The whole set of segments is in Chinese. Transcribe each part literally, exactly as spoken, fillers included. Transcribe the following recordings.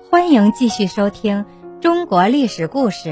欢迎继续收听中国历史故事。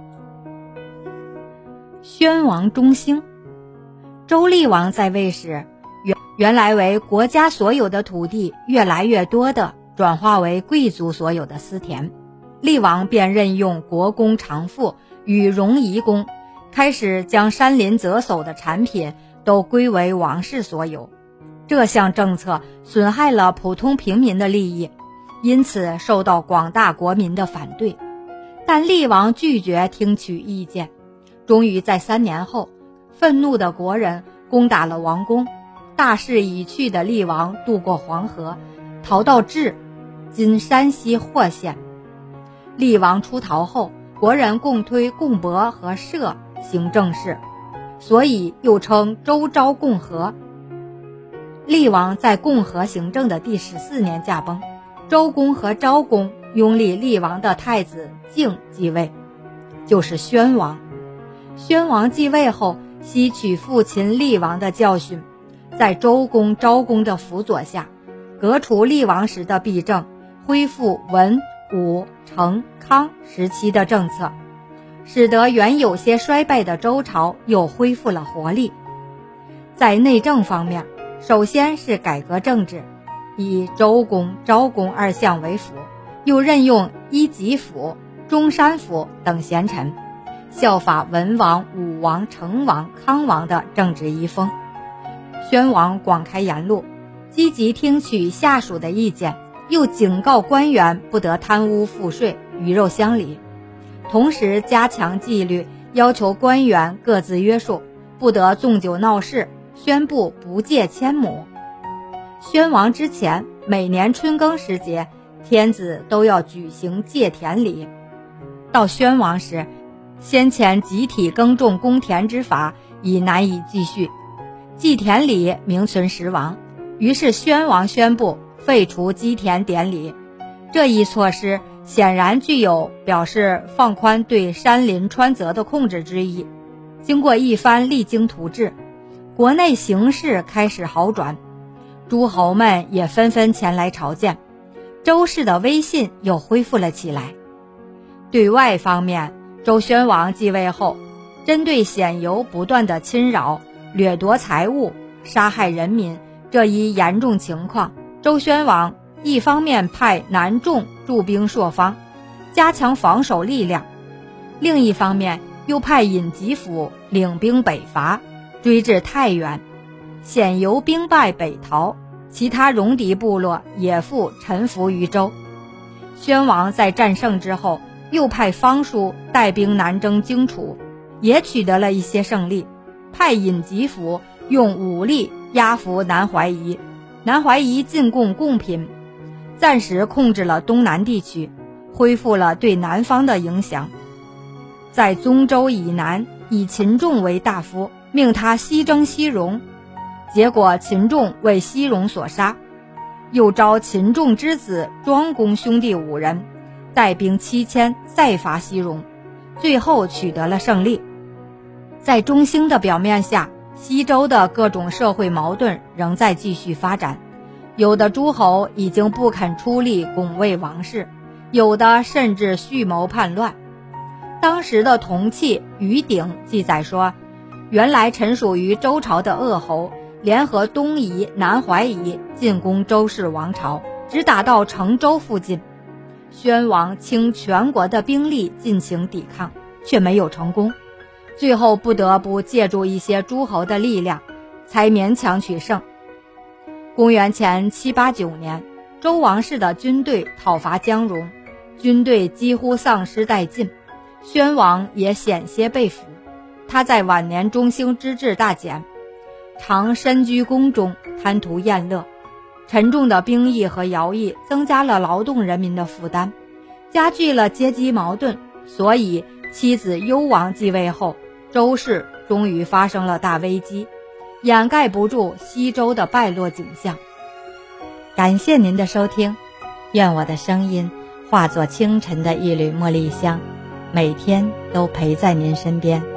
宣王中兴。周厉王在位时，原原来为国家所有的土地越来越多地转化为贵族所有的私田，厉王便任用国公长父与戎夷公，开始将山林泽叟的产品都归为王室所有。这项政策损害了普通平民的利益，因此受到广大国民的反对。但厉王拒绝听取意见，终于在三年后，愤怒的国人攻打了王宫。大势已去的厉王渡过黄河，逃到治（今山西霍县）。厉王出逃后，国人共推共伯和社行政事，所以又称周昭共和。厉王在共和行政的第十四年驾崩，周公和昭公拥立厉王的太子敬继位，就是宣王。宣王继位后，吸取父亲厉王的教训，在周公、昭公的辅佐下，革除厉王时的弊政，恢复文、武、成、康时期的政策，使得原有些衰败的周朝又恢复了活力。在内政方面，首先是改革政治，以周公、昭公二相为辅，又任用一级府、中山府等贤臣，效法文王、武王、成王、康王的政治遗风。宣王广开言路，积极听取下属的意见，又警告官员不得贪污赋税、鱼肉乡里，同时加强纪律，要求官员各自约束，不得纵酒闹事，宣布不借千亩。宣王之前，每年春耕时节，天子都要举行借田礼。到宣王时，先前集体耕种公田之法已难以继续，祭田礼名存实亡，于是宣王宣布废除祭田典礼。这一措施显然具有表示放宽对山林川泽的控制之意。经过一番励精图治，国内形势开始好转，诸侯们也纷纷前来朝见，周氏的威信又恢复了起来。对外方面，周宣王继位后，针对鲜游不断的侵扰、掠夺财物、杀害人民这一严重情况，周宣王一方面派南仲驻兵朔方，加强防守力量，另一方面又派尹吉甫领兵北伐，追至太原。鲜游兵败北逃，其他戎狄部落也复臣服于周。宣王在战胜之后，又派方叔带兵南征荆楚，也取得了一些胜利，派尹吉甫用武力压服南怀疑，南怀疑进贡贡品，暂时控制了东南地区，恢复了对南方的影响。在宗周以南，以秦仲为大夫，命他西征西戎，结果秦仲为西戎所杀，又招秦仲之子庄公兄弟五人，带兵七千再伐西戎，最后取得了胜利。在中兴的表面下，西周的各种社会矛盾仍在继续发展，有的诸侯已经不肯出力拱卫王室，有的甚至蓄谋叛乱。当时的铜器于鼎记载说，原来臣属于周朝的鄂侯联合东夷、南怀疑进攻周氏王朝，直打到成州附近。宣王倾全国的兵力进行抵抗，却没有成功，最后不得不借助一些诸侯的力量，才勉强取胜。公元前七八九年，周王室的军队讨伐姜戎，军队几乎丧失殆尽，宣王也险些被俘。他在晚年中兴之志大减，常身居宫中贪图宴乐，沉重的兵役和徭役增加了劳动人民的负担，加剧了阶级矛盾，所以妻子幽王继位后，周氏终于发生了大危机，掩盖不住西周的败落景象。感谢您的收听，愿我的声音化作清晨的一缕茉莉香，每天都陪在您身边。